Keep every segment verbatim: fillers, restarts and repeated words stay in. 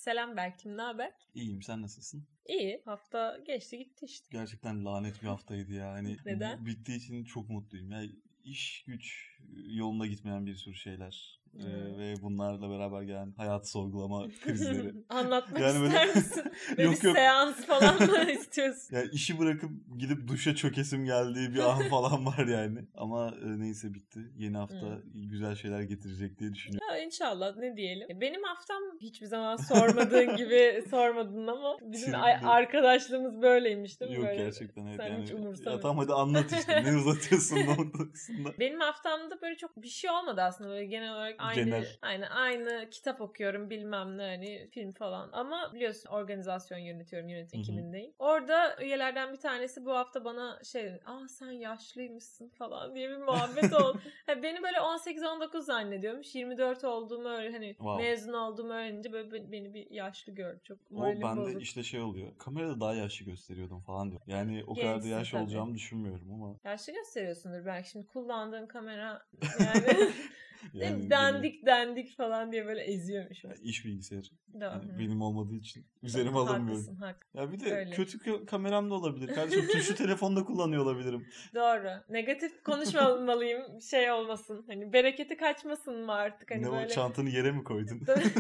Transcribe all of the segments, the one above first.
Selam Berk'im, ne haber? İyiyim, sen nasılsın? İyi. Hafta geçti gitti işte. Gerçekten lanet bir haftaydı ya. Hani Neden? bu bittiği için çok mutluyum. Ya iş güç yolunda gitmeyen bir sürü şeyler. Hmm. Ee, ve bunlarla beraber gelen hayat sorgulama krizleri. Anlatmak Yani böyle- ister misin? Böyle Yok, bir yok. seans falan mı istiyorsun? Yani işi bırakıp gidip duşa çökesim geldiği bir an falan var yani. Ama e, neyse bitti. Yeni hafta güzel şeyler getirecek diye düşünüyorum. Ya inşallah, ne diyelim. Benim haftam hiçbir zaman sormadığın gibi sormadın ama bizim Senin ay- de- arkadaşlığımız böyleymiş değil mi? Yok, Böyle. gerçekten evet. Sen Yani, hiç ya umursamıyorsun. tamam hadi anlat işte. Ne uzatıyorsun noktasında. Benim haftamda böyle çok bir şey olmadı aslında, böyle genel olarak aynı Genel. aynı aynı kitap okuyorum, bilmem ne, hani film falan. Ama biliyorsun, organizasyon yönetiyorum, yönetim Hı hı. ekibindeyim. Orada üyelerden bir tanesi bu hafta bana şey dedi. "Aa, sen yaşlıymışsın" falan diye bir muhabbet oldu. Ha, beni böyle on sekiz on dokuz zannediyormuş. yirmi dört olduğumu öyle, hani Wow. mezun olduğumu öğrenince böyle be- beni bir yaşlı gördü. Çok O moralim bende bozuk. işte şey oluyor. Kamerada daha yaşlı gösteriyordum falan diyor. Yani o kadar da Gençsin yaşlı tabii. olacağımı düşünmüyorum ama. Yaşlı gösteriyorsundur belki, şimdi kullandığın kamera yani, Yani dandik dandik falan diye böyle eziyormuş. benim, ya iş bilgisayarı. Doğru. Yani benim olmadığı için üzerime Haklısın, alamıyorum. hak. Ya bir de Öyle. kötü kö- kameram da olabilir. Kardeşim tuşlu telefonda kullanıyor olabilirim. Doğru. Negatif konuşmamalıyım, şey olmasın. Hani bereketi kaçmasın mı artık, hani ne böyle. o çantanı yere mi koydun?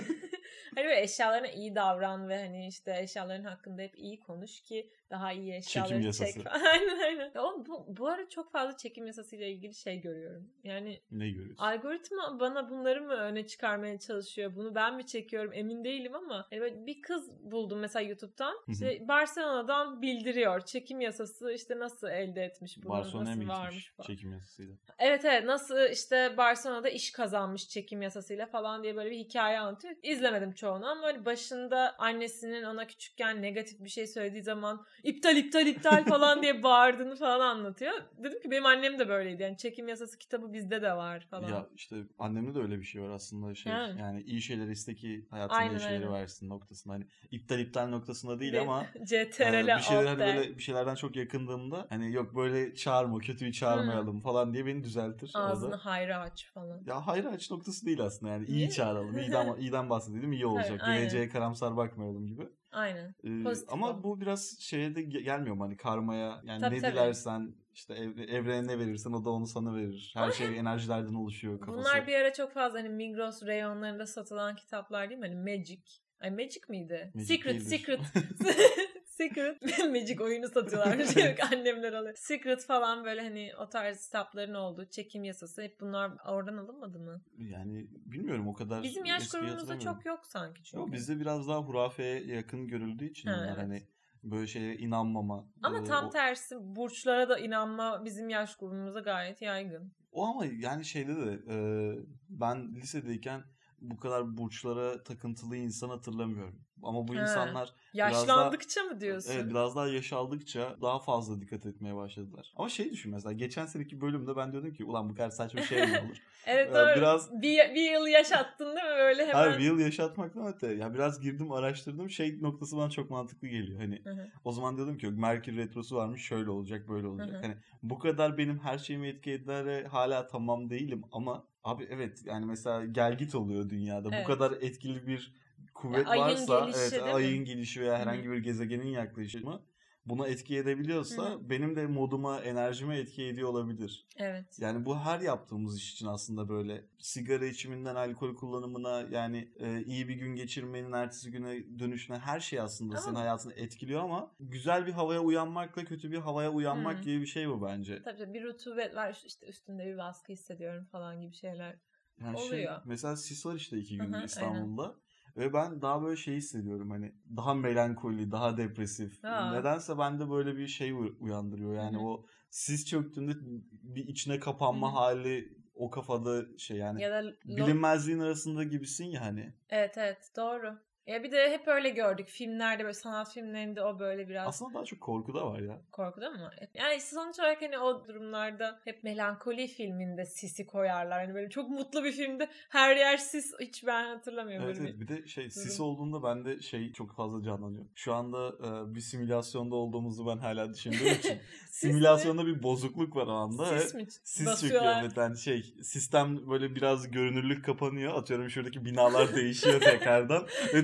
Hani böyle eşyalarına iyi davran ve hani işte eşyaların hakkında hep iyi konuş ki daha iyi eşyaları Çekim çek. yasası. Aynen aynen. Ya o, bu, bu ara çok fazla çekim yasasıyla ilgili şey görüyorum. Yani Ne görüyorsun? algoritma bana bunları mı öne çıkarmaya çalışıyor? Bunu ben mi çekiyorum? Emin değilim ama hani böyle bir kız buldum mesela YouTube'dan. İşte Barcelona'dan bildiriyor. Çekim yasası işte nasıl elde etmiş bunu, Barcelona'ya mı nasıl gitmiş varmış falan. çekim yasasıyla? Evet evet, nasıl işte Barcelona'da iş kazanmış çekim yasasıyla falan diye böyle bir hikaye anlatıyor. İzlemedim çoğunu ama böyle başında annesinin ona küçükken negatif bir şey söylediği zaman iptal iptal iptal falan diye bağırdığını falan anlatıyor. Dedim ki benim annem de böyleydi, yani çekim yasası kitabı bizde de var falan. Ya işte annemde de öyle bir şey var aslında, şey Ha. yani iyi şeyler iste ki hayatında Aynen, iyi şeyleri aynen. versin noktasında, hani iptal iptal noktasında değil De- ama C T R L e, bir şeyler hani alt böyle bir şeylerden çok yakındığımda hani yok böyle çağırma, kötüyü Hmm. çağırmayalım falan diye beni düzeltir ağzını arada. hayra aç falan. Ya hayır aç noktası değil aslında, yani iyi Niye? çağıralım, iyiden iyiden bahsedelim, iyi olacak. Tabii, aynen. Geleceğe karamsar bakmayalım gibi. Aynen. Ee, Pozitif ama ol. bu biraz şeye de ge- gelmiyor mu hani, karmaya, yani Tabii, ne tabii. dilersen işte ev- evrene ne verirsen o da onu sana verir. Her Ama şey enerjilerden oluşuyor kafası. bunlar bir ara çok fazla hani Migros reyonlarında satılan kitaplar değil mi? Hani Magic. Ay, Magic miydi? Magic Secret, değildir. Secret. Secret. Magic oyunu satıyorlarmış. Annemler alıyor. Secret falan, böyle hani o tarz kitapların olduğu, çekim yasası. Hep bunlar oradan alınmadı mı? Yani bilmiyorum, o kadar Bizim yaş eski grubumuzda hatırlamıyorum. çok yok sanki çünkü. Yok, bizde biraz daha hurafeye yakın görüldüğü için Ha, bunlar evet. hani böyle şeye inanmama. Ama e, tam o, tersi, burçlara da inanma bizim yaş grubumuzda gayet yaygın. o ama yani şeyde de e, ben lisedeyken bu kadar burçlara takıntılı insan hatırlamıyorum. Ama bu Ha, insanlar yaşlandıkça biraz daha, mı diyorsun? evet, biraz daha yaş aldıkça daha fazla dikkat etmeye başladılar. Ama şey düşün, mesela geçen seneki bölümde ben diyordum ki ulan bu kadar saçma şey mi olur? Evet, Ee, doğru. biraz bir, bir yıl yaşattın değil mi? Böyle hemen. Hayır, bir yıl yaşatmaktan öte. Ya biraz girdim, araştırdım. Şey noktası bana çok mantıklı geliyor. Hani Hı hı. o zaman diyordum ki Merkür retrosu varmış, şöyle olacak, böyle olacak. Hı hı. Hani bu kadar benim her şeyimi etki eder, hala tamam değilim ama abi evet, yani mesela gel git oluyor dünyada. Evet. Bu kadar etkili bir kuvvet Ya, ayın varsa, gelişi evet, değil mi? ayın gelişi veya Hı hı. herhangi bir gezegenin yaklaşımı buna etki edebiliyorsa Hı hı. benim de moduma, enerjime etki ediyor olabilir. Evet. Yani bu her yaptığımız iş için aslında böyle. Sigara içiminden alkol kullanımına, yani e, iyi bir gün geçirmenin ertesi güne dönüşüne, her şey aslında Ama- senin hayatını etkiliyor ama güzel bir havaya uyanmakla kötü bir havaya uyanmak Hmm. gibi bir şey bu bence. Tabii tabii, bir rutubet var, işte üstünde bir baskı hissediyorum falan gibi şeyler Yani şey, oluyor. mesela sis var işte iki Hı gündür hı, İstanbul'da. Ve ben daha böyle şey hissediyorum, hani daha melankoli, daha depresif. Aa. Nedense bende böyle bir şey u- uyandırıyor. Yani Hı hı. o sis çöktüğünde bir içine kapanma Hı hı. hali o kafada şey, yani Ya da lo- bilinmezliğin arasında gibisin ya hani. Evet evet, doğru. Ya bir de hep öyle gördük filmlerde, böyle sanat filmlerinde o böyle biraz Aslında daha çok korku da var ya. korkuda mı? Yani sonuç olarak hani o durumlarda hep melankoli filminde sisi koyarlar. Hani böyle çok mutlu bir filmde her yer sis, hiç ben hatırlamıyorum Evet böyle evet, bir. bir de şey, sis durum. olduğunda bende şey çok fazla canlanıyor. Şu anda e, bir simülasyonda olduğumuzu ben hala düşündüğüm için Sis mi? simülasyonda bir bozukluk var o anda. Sis mi? Sis Basıyorlar. çöküyor, evet, yani şey, sistem böyle biraz görünürlük kapanıyor. Atıyorum şuradaki binalar değişiyor tekrardan ve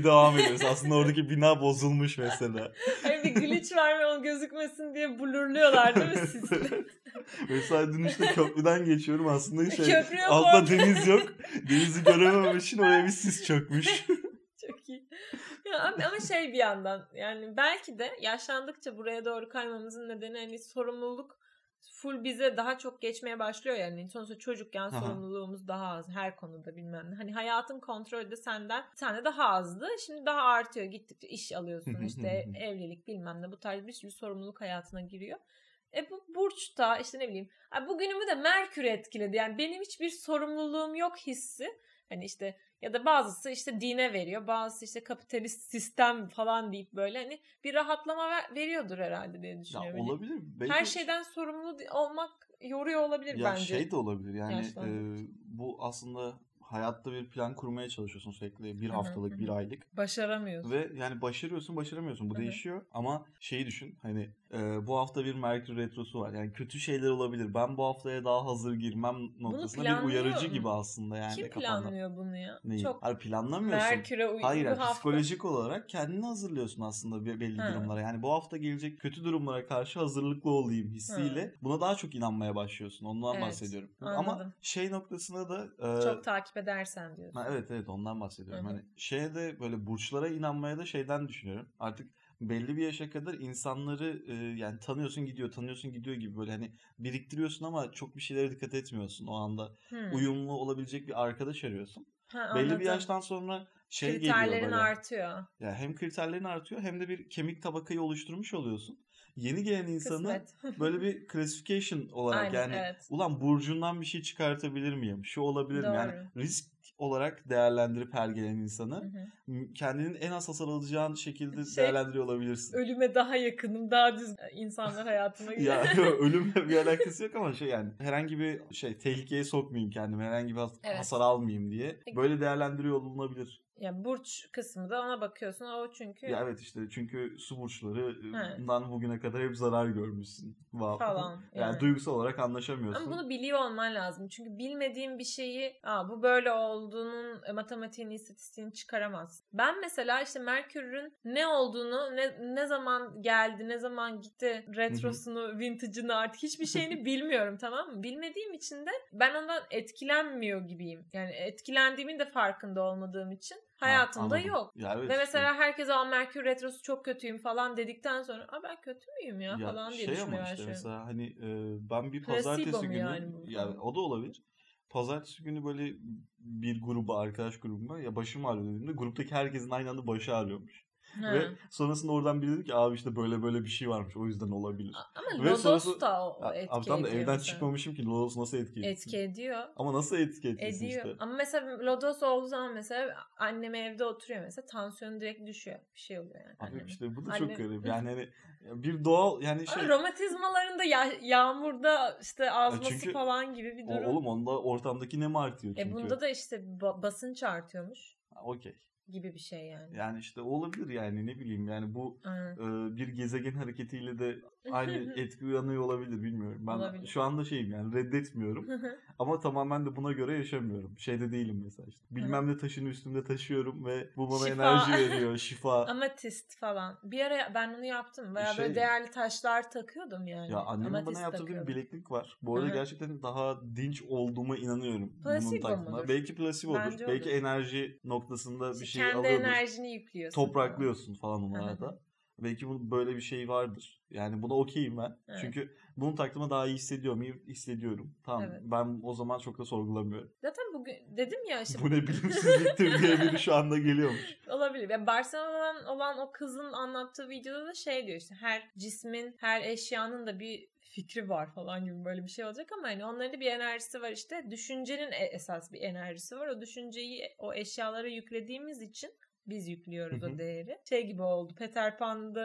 devam ediyoruz. Aslında oradaki bina bozulmuş mesela. Hani bir glitch var ve o gözükmesin diye blurluyorlar değil mi sistem? Mesela dün işte köprüden geçiyorum aslında şey Köprü yok altta orada. deniz yok. Denizi göremem için oraya bir sis çökmüş. Çok iyi. Ya ama ama şey bir yandan yani belki de yaşlandıkça buraya doğru kaymamızın nedeni hani sorumluluk full bize daha çok geçmeye başlıyor yani. Sonuçta çocukken Aha. sorumluluğumuz daha az her konuda bilmem ne. Hani hayatın kontrolü de senden bir tane daha azdı. Şimdi daha artıyor gittikçe iş alıyorsun işte evlilik bilmem ne bu tarz bir sürü sorumluluk hayatına giriyor. E bu burçta işte ne bileyim bugünümü de Merkür etkiledi. Yani benim hiçbir sorumluluğum yok hissi. Hani işte ya da bazısı işte dine veriyor. Bazısı işte kapitalist sistem falan deyip böyle hani bir rahatlama ver- veriyordur herhalde diye düşünüyorum. Ya olabilir. Belki... Her şeyden sorumlu olmak yoruyor olabilir ya bence. Ya şey de olabilir yani e, bu aslında hayatta bir plan kurmaya çalışıyorsun sürekli. Bir haftalık, hı hı. bir aylık. Başaramıyorsun. Ve yani başarıyorsun, başaramıyorsun. Bu hı hı. değişiyor. Ama şeyi düşün. Hani e, bu hafta bir Merkür Retrosu var. Yani kötü şeyler olabilir. Ben bu haftaya daha hazır girmem noktasında bir uyarıcı gibi aslında yani. Kim kafanda. planlıyor bunu ya? Neyi? Çok Hayır planlamıyorsun. Merkür'e uy- Hayır bu yani hafta... psikolojik olarak kendini hazırlıyorsun aslında belli ha. durumlara. Yani bu hafta gelecek kötü durumlara karşı hazırlıklı olayım hissiyle ha. buna daha çok inanmaya başlıyorsun. Ondan evet, bahsediyorum. Anladım. Ama şey noktasına da... E... Çok takip edersen diyorsun. Ha, evet evet ondan bahsediyorum. Hı-hı. Hani şeye de böyle burçlara inanmaya da şeyden düşünüyorum. Artık belli bir yaşa kadar insanları e, yani tanıyorsun gidiyor tanıyorsun gidiyor gibi böyle hani biriktiriyorsun ama çok bir şeylere dikkat etmiyorsun o anda. Hmm. Uyumlu olabilecek bir arkadaş arıyorsun. Ha, belli bir yaştan sonra şey kriterlerin geliyor böyle. artıyor. Ya hem kriterlerin artıyor hem de bir kemik tabakayı oluşturmuş oluyorsun. Yeni gelen insanı böyle bir classification olarak aynen, yani evet. ulan burcundan bir şey çıkartabilir miyim? Şu olabilir mi? Yani risk olarak değerlendirip her gelen insanı hı hı. kendinin en az hasar alacağın şekilde şey, değerlendiriyor olabilirsin. Ölüme daha yakınım, daha düz insanlar hayatıma giriyor. Ya ölümle bir alakası yok ama şey yani herhangi bir şey tehlikeye sokmayayım kendimi, herhangi bir has- evet. hasar almayayım diye böyle değerlendiriyor olunabilir. Ya burç kısmı da ona bakıyorsun o çünkü. Ya evet işte çünkü su burçlarından bugüne kadar hep zarar görmüşsün. Wow. Falan. Yani. yani duygusal olarak anlaşamıyorsun. Ama bunu biliyor olman lazım. Çünkü bilmediğin bir şeyi Aa, bu böyle olduğunun matematiğini, istatistiğini çıkaramazsın. Ben mesela işte Merkür'ün ne olduğunu, ne, ne zaman geldi, ne zaman gitti, retrosunu, vintage'ını artık hiçbir şeyini bilmiyorum tamam mı? Bilmediğim için de ben ondan etkilenmiyor gibiyim. Yani etkilendiğimin de farkında olmadığım için hayatımda ha, yok. Ya evet, ve mesela işte. herkese "Aa Merkür retrosu çok kötüyüm" falan dedikten sonra "Aa ben kötü müyüm ya?" ya falan diye şey düşünmeye başlıyorum. Şey ama işte mesela hani e, ben bir pazartesi günü yani, yani o da olabilir. Pazartesi günü böyle bir gruba, arkadaş grubuma ya başım ağrıyor dediğimde gruptaki herkesin aynı anda başı ağrıyormuş. He. Ve sonrasında oradan biri dedi ki abi işte böyle böyle bir şey varmış o yüzden olabilir. Ama Ve Lodos sonrası, da o etki abi, tam da ediyor evden mesela. çıkmamışım ki Lodos nasıl etki etsin? Etki ediyor. Ama nasıl etki etsin ediyor. işte? Ama mesela Lodos olduğu zaman mesela annem evde oturuyor mesela tansiyonu direkt düşüyor. Bir şey oluyor yani. Abi annemin. işte bu da Annem... çok garip. Yani hani bir doğal yani şey. Ama romatizmalarında ya- yağmurda işte azması çünkü falan gibi bir durum. O, oğlum onda ortamdaki nem artıyor çünkü. E bunda da işte ba- basınç artıyormuş. Okey. Gibi bir şey yani. Yani işte olabilir yani ne bileyim yani bu e, bir gezegen hareketiyle de aynı etki uyanıyor olabilir bilmiyorum. Ben olabilir. Şu anda şeyim yani reddetmiyorum ama tamamen de buna göre yaşamıyorum. Şeyde değilim mesela işte. Bilmem ne taşını üstümde taşıyorum ve bu bana şifa. Enerji veriyor şifa. Amatist falan. Bir ara ben onu yaptım. Bayağı şey, böyle değerli taşlar takıyordum yani. Ya annemin Amatist bana yaptırdığı bir bileklik var. Bu arada Hı-hı. gerçekten daha dinç olduğuma inanıyorum. Plasebo mudur? Belki plasebodur. Belki enerji noktasında işte bir şey kendi alıyordur. Kendi enerjini yüklüyorsun. Topraklıyorsun falan, falan onlarda. Belki bunun böyle bir şey vardır. Yani buna okeyim ben. Evet. Çünkü bunu taktığıma daha iyi hissediyorum. İyi hissediyorum. Tamam evet. Ben o zaman çok da sorgulamıyorum. Zaten bugün dedim ya işte. Bu ne bilimsizliktir diye biri şu anda geliyormuş. Olabilir. Yani Barcelona'dan olan o kızın anlattığı videoda da şey diyor işte her cismin, her eşyanın da bir fikri var falan gibi böyle bir şey olacak ama hani onların da bir enerjisi var işte. Düşüncenin esas bir enerjisi var. O düşünceyi o eşyalara yüklediğimiz için biz yüklüyoruz o değeri. Şey gibi oldu. Peter Pan'da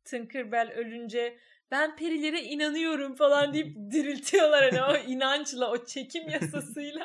Tinkerbell ölünce ben perilere inanıyorum falan deyip diriltiyorlar hani o inançla, o çekim yasasıyla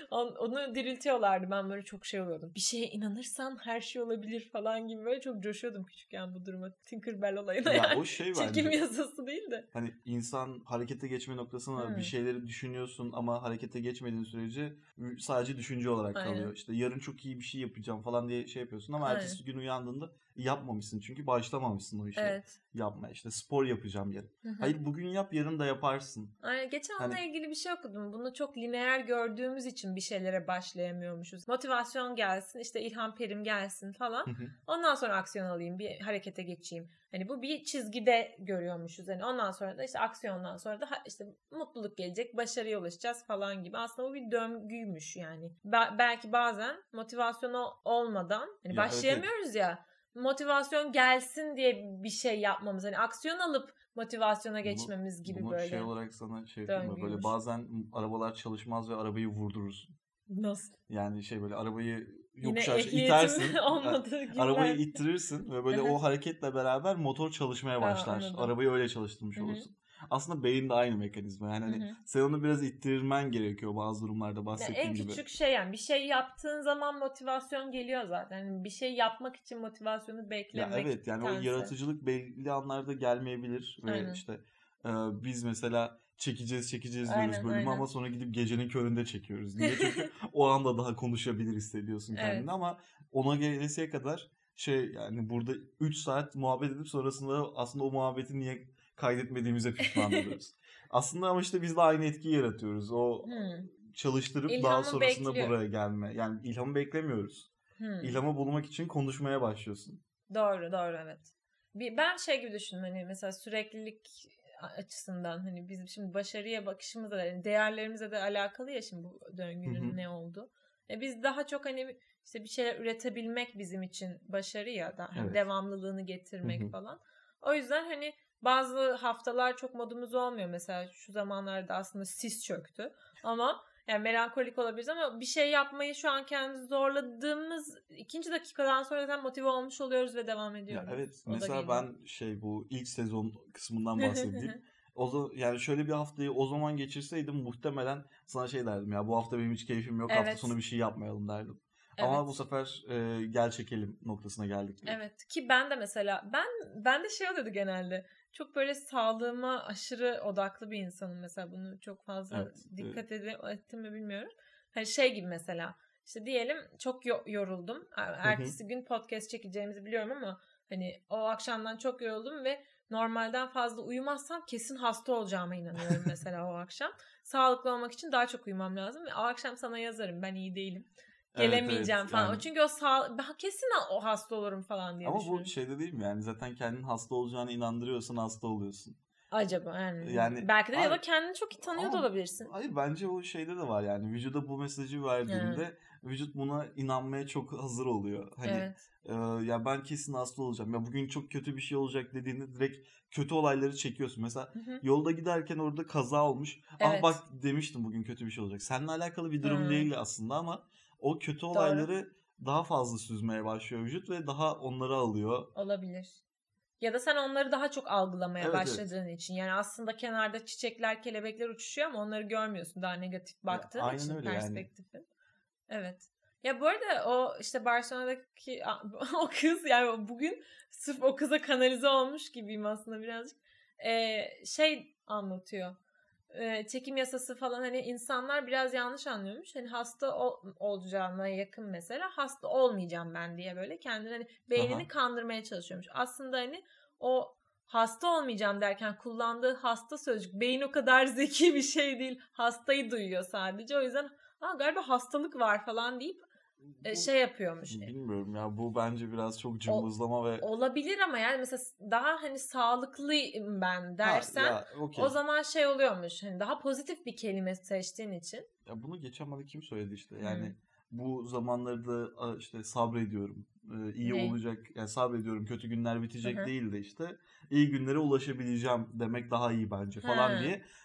onu diriltiyorlardı. Ben böyle çok şey oluyordum. Bir şeye inanırsan her şey olabilir falan gibi böyle çok coşuyordum küçükken bu duruma. Tinkerbell olayına ya yani. O şey çekim bence, yasası değil de. Hani insan harekete geçme noktasında hmm. bir şeyleri düşünüyorsun ama harekete geçmediğin sürece sadece düşünce olarak Aynen. kalıyor. İşte yarın çok iyi bir şey yapacağım falan diye şey yapıyorsun ama Aynen. ertesi gün uyandığında yapmamışsın çünkü başlamamışsın o işe evet. yapmaya. İşte spor yapacağım yarın. Hı hı. Hayır bugün yap, yarın da yaparsın. Aynen. Geçen hani... onunla ilgili bir şey okudum. Bunu çok lineer gördüğümüz için bir şeylere başlayamıyormuşuz. Motivasyon gelsin, işte ilham perim gelsin falan. Hı hı. Ondan sonra aksiyon alayım, bir harekete geçeyim. Hani bu bir çizgide görüyormuşuz. Yani ondan sonra da işte aksiyondan sonra da işte mutluluk gelecek, başarıya ulaşacağız falan gibi. Aslında bu bir döngüymüş yani. Be- belki bazen motivasyonu olmadan hani ya başlayamıyoruz evet, evet. ya. Motivasyon gelsin diye bir şey yapmamız. Hani aksiyon alıp motivasyona geçmemiz bunu, gibi bunu böyle. Bunu şey olarak sana şey yapayım mı? Böyle bazen arabalar çalışmaz ve arabayı vurdurursun. Nasıl? Yani şey böyle arabayı yokuş aşağı itersin. olmadığı günler. Arabayı ittirirsin ve böyle o hareketle beraber motor çalışmaya başlar. Ha, arabayı öyle çalıştırmış Hı-hı. olursun. Aslında beyin de aynı mekanizma. Yani hani sen onu biraz ittirmen gerekiyor bazı durumlarda bahsettiğim en gibi. En küçük şey yani bir şey yaptığın zaman motivasyon geliyor zaten. Yani bir şey yapmak için motivasyonu beklemek. Ya evet yani tense. O yaratıcılık belli anlarda gelmeyebilir ve aynen. işte e, biz mesela çekeceğiz çekeceğiz diyoruz aynen, bölümü aynen. ama sonra gidip gecenin köründe çekiyoruz. Niye? Çünkü o anda daha konuşabilir hissediyorsun kendini evet. ama ona gelesiye kadar şey yani burada üç saat muhabbet edip sonrasında aslında o muhabbeti niye kaydetmediğimize pişman oluyoruz. Aslında ama işte biz de aynı etkiyi yaratıyoruz. O hmm. çalıştırıp İlhamı daha sonrasında bekliyor. buraya gelme. Yani ilhamı beklemiyoruz. Hmm. İlhamı bulmak için konuşmaya başlıyorsun. Doğru doğru evet. Bir, ben şey gibi düşündüm hani mesela süreklilik açısından hani bizim şimdi başarıya bakışımızla yani değerlerimizle de alakalı ya şimdi bu döngünün Hı-hı. ne oldu. E biz daha çok hani işte bir şeyler üretebilmek bizim için başarı ya da hani evet. devamlılığını getirmek Hı-hı. falan. O yüzden hani bazı haftalar çok modumuz olmuyor. Mesela şu zamanlarda aslında sis çöktü. Ama yani melankolik olabiliriz ama bir şey yapmayı şu an kendimizi zorladığımız ikinci dakikadan sonra zaten motive olmuş oluyoruz ve devam ediyoruz. Ya evet. O mesela ben şey bu ilk sezon kısmından bahsedeyim. O zaman yani şöyle bir haftayı o zaman geçirseydim muhtemelen sana şey derdim ya bu hafta benim hiç keyfim yok evet. hafta sonu bir şey yapmayalım derdim. Evet. Ama bu sefer e, gel çekelim noktasına geldik. Direkt. Evet ki ben de mesela ben ben de şey oluyordu genelde. Çok böyle sağlığıma aşırı odaklı bir insanım mesela bunu çok fazla evet, dikkat evet. ettim mi bilmiyorum. Hani şey gibi mesela işte diyelim çok yoruldum. Ertesi gün podcast çekeceğimizi biliyorum ama hani o akşamdan çok yoruldum ve normalden fazla uyumazsam kesin hasta olacağıma inanıyorum mesela o akşam. Sağlıklı olmak için daha çok uyumam lazım ve o akşam sana yazarım ben iyi değilim. Gelemeyeceğim evet, evet. falan. Yani... Çünkü o sağ ben kesin o hasta olurum falan diye Ama düşünüyorum. bu şeyde değil mi yani zaten kendin hasta olacağını inandırıyorsan hasta oluyorsun. Acaba yani. yani belki de hayır, ya da kendini çok iyi tanıyor da olabilirsin. Hayır bence o şeyde de var yani vücuda bu mesajı verdiğinde evet. vücut buna inanmaya çok hazır oluyor. Hani evet. e, ya ben kesin hasta olacağım. Ya bugün çok kötü bir şey olacak dediğinde direkt kötü olayları çekiyorsun. Mesela hı hı. yolda giderken orada kaza olmuş. Evet. Ah bak demiştim bugün kötü bir şey olacak. Seninle alakalı bir durum hı. değil aslında ama o kötü olayları Doğru. daha fazla süzmeye başlıyor vücut ve daha onları alıyor. Olabilir. Ya da sen onları daha çok algılamaya evet, başladığın evet. için. Yani aslında kenarda çiçekler, kelebekler uçuşuyor ama onları görmüyorsun daha negatif baktığın ya, için perspektifin. Yani. Evet. Ya bu arada o işte Barcelona'daki o kız yani bugün sırf o kıza kanalize olmuş gibiyim aslında birazcık. Ee, şey anlatıyor. Çekim yasası falan hani insanlar biraz yanlış anlıyormuş. Hani hasta ol, olacağına yakın mesela hasta olmayacağım ben diye böyle kendini hani beynini Aha. kandırmaya çalışıyormuş. Aslında hani o hasta olmayacağım derken kullandığı hasta sözcük beyin o kadar zeki bir şey değil. Hastayı duyuyor sadece. O yüzden ha galiba hastalık var falan deyip bu, şey yapıyormuş. Bilmiyorum ya bu bence biraz çok cımbızlama o, ve olabilir ama yani mesela daha hani sağlıklıyım ben dersen ha, ya, okay. o zaman şey oluyormuş. Hani daha pozitif bir kelime seçtiğin için. Ya bunu geçen bana kim söyledi işte. Yani hmm. bu zamanlarda işte sabrediyorum. Ee, iyi ne? olacak. Yani sabrediyorum. Kötü günler bitecek Hı-hı. değil de işte iyi günlere ulaşabileceğim demek daha iyi bence falan He. diye.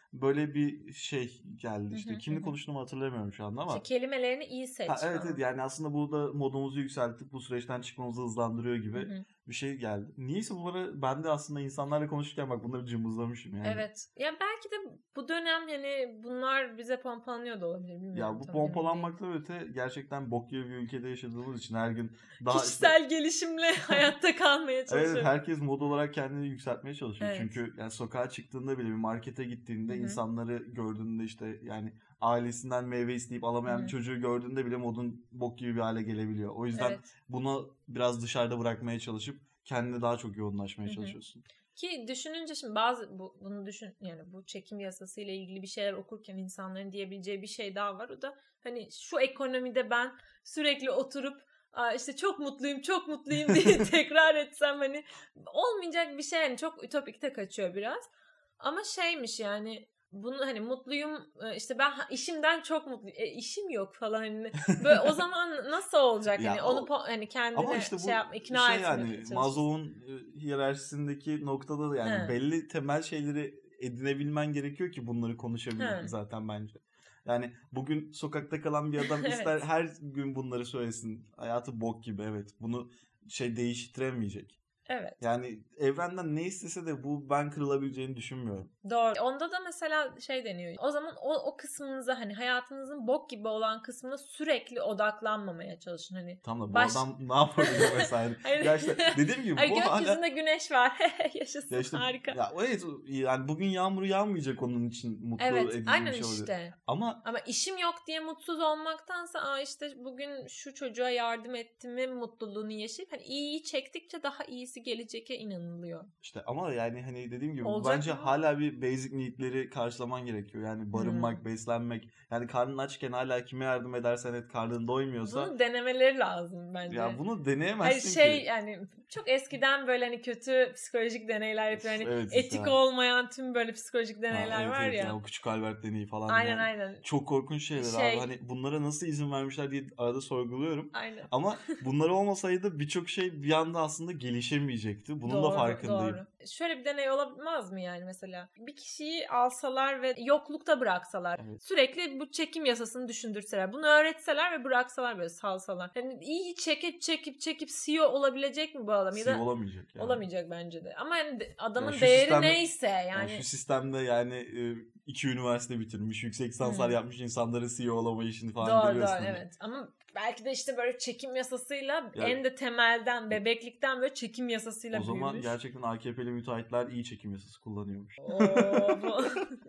böyle bir şey geldi işte. Kimle konuştuğumu hatırlamıyorum şu anda ama. İşte kelimelerini iyi seç. Ha, evet evet yani aslında bu da modumuzu yükseltip bu süreçten çıkmamızı hızlandırıyor gibi hı hı. bir şey geldi. Niyeyse bunları ben de aslında insanlarla konuşurken bak bunları cımbızlamışım yani. Evet. Ya belki de bu dönem yani bunlar bize pompalanıyor da olabilir. Bilmiyorum. Ya bu pompalanmakla öte gerçekten bok gibi bir ülkede yaşadığımız için her gün daha kişisel işte... gelişimle hayatta kalmaya çalışıyor. Evet herkes mod olarak kendini yükseltmeye çalışıyor. Evet. Çünkü yani sokağa çıktığında bile bir markete gittiğinde hı-hı. insanları gördüğünde işte yani ailesinden meyve isteyip alamayan Hı-hı. bir çocuğu gördüğünde bile modun bok gibi bir hale gelebiliyor. O yüzden evet. bunu biraz dışarıda bırakmaya çalışıp kendine daha çok yoğunlaşmaya Hı-hı. çalışıyorsun. Ki düşününce şimdi bazı bu, bunu düşün yani bu çekim yasası ile ilgili bir şeyler okurken insanların diyebileceği bir şey daha var. O da hani şu ekonomide ben sürekli oturup işte çok mutluyum çok mutluyum diye tekrar etsem hani olmayacak bir şey yani çok ütopikte kaçıyor biraz. Ama şeymiş yani bunu hani mutluyum işte ben işimden çok mutluyum. E, işim yok falan hani böyle o zaman nasıl olacak yani onu o, hani kendine işte şey yapma ikna şey etmeye yani çalışıyorsun. Maslow'un hiyerarşisindeki noktada da yani He. belli temel şeyleri edinebilmen gerekiyor ki bunları konuşabilmek zaten bence. Yani bugün sokakta kalan bir adam ister evet. her gün bunları söylesin. Hayatı bok gibi evet. Bunu şey değiştiremeyecek. Evet. Yani evrenden ne istese de bu ben kırılabileceğini düşünmüyorum. Doğru. Onda da mesela şey deniyor. O zaman o, o kısmınıza hani hayatınızın bok gibi olan kısmına sürekli odaklanmamaya çalışın. Hani tamam da baş... bu adam ne yapabilir mesela? Ya işte dediğim gibi Ay, bu gökyüzünde hala... güneş var. Yaşasın ya işte, harika. Ya evet yani bugün yağmur yağmayacak onun için mutlu evet, edici aynen bir şey işte. oluyor. Ama ama işim yok diye mutsuz olmaktansa aa işte bugün şu çocuğa yardım ettiğimin mutluluğunu yaşayıp hani iyiyi çektikçe daha iyisi geleceğe inanılıyor. İşte ama yani hani dediğim gibi olacak bence mı? Hala bir basic need'leri karşılaman gerekiyor. Yani barınmak, hmm. beslenmek. Yani karnın açken hala kime yardım edersen et karnın doymuyorsa. Bunu denemeleri lazım bence. Ya bunu deneyemezsin Hayır, şey, ki. Yani çok eskiden böyle hani kötü psikolojik deneyler yapıyor. Hani evet, etik ya. olmayan tüm böyle psikolojik deneyler ha, evet, var evet, ya. ya. O küçük Albert deneyi falan. Aynen yani. aynen. Çok korkunç şeyler şey... abi. Hani bunlara nasıl izin vermişler diye arada sorguluyorum. Aynen. Ama bunlar olmasaydı birçok şey bir anda aslında gelişemeyecekti. Bunun doğru, da farkındayım. Doğru. Şöyle bir deney olamaz mı yani mesela? Bir kişiyi alsalar ve yoklukta bıraksalar. Evet. Sürekli bu çekim yasasını düşündürseler. Bunu öğretseler ve bıraksalar böyle salsalar. Yani iyi çekip çekip çekip C E O olabilecek mi bu adam? C E O ya da olamayacak yani. Olamayacak bence de. Ama yani adamın yani değeri sistemde, neyse yani. yani. Şu sistemde yani iki üniversite bitirmiş, yüksek lisanslar hmm. yapmış insanların C E O olamayışını falan doğru, görüyorsun. Doğru doğru evet. Ama belki de işte böyle çekim yasasıyla yani, en de temelden, bebeklikten böyle çekim yasasıyla büyümüş. O zaman büyümüş. Gerçekten A K P'li müteahhitler iyi çekim yasası kullanıyormuş. Oo, bu...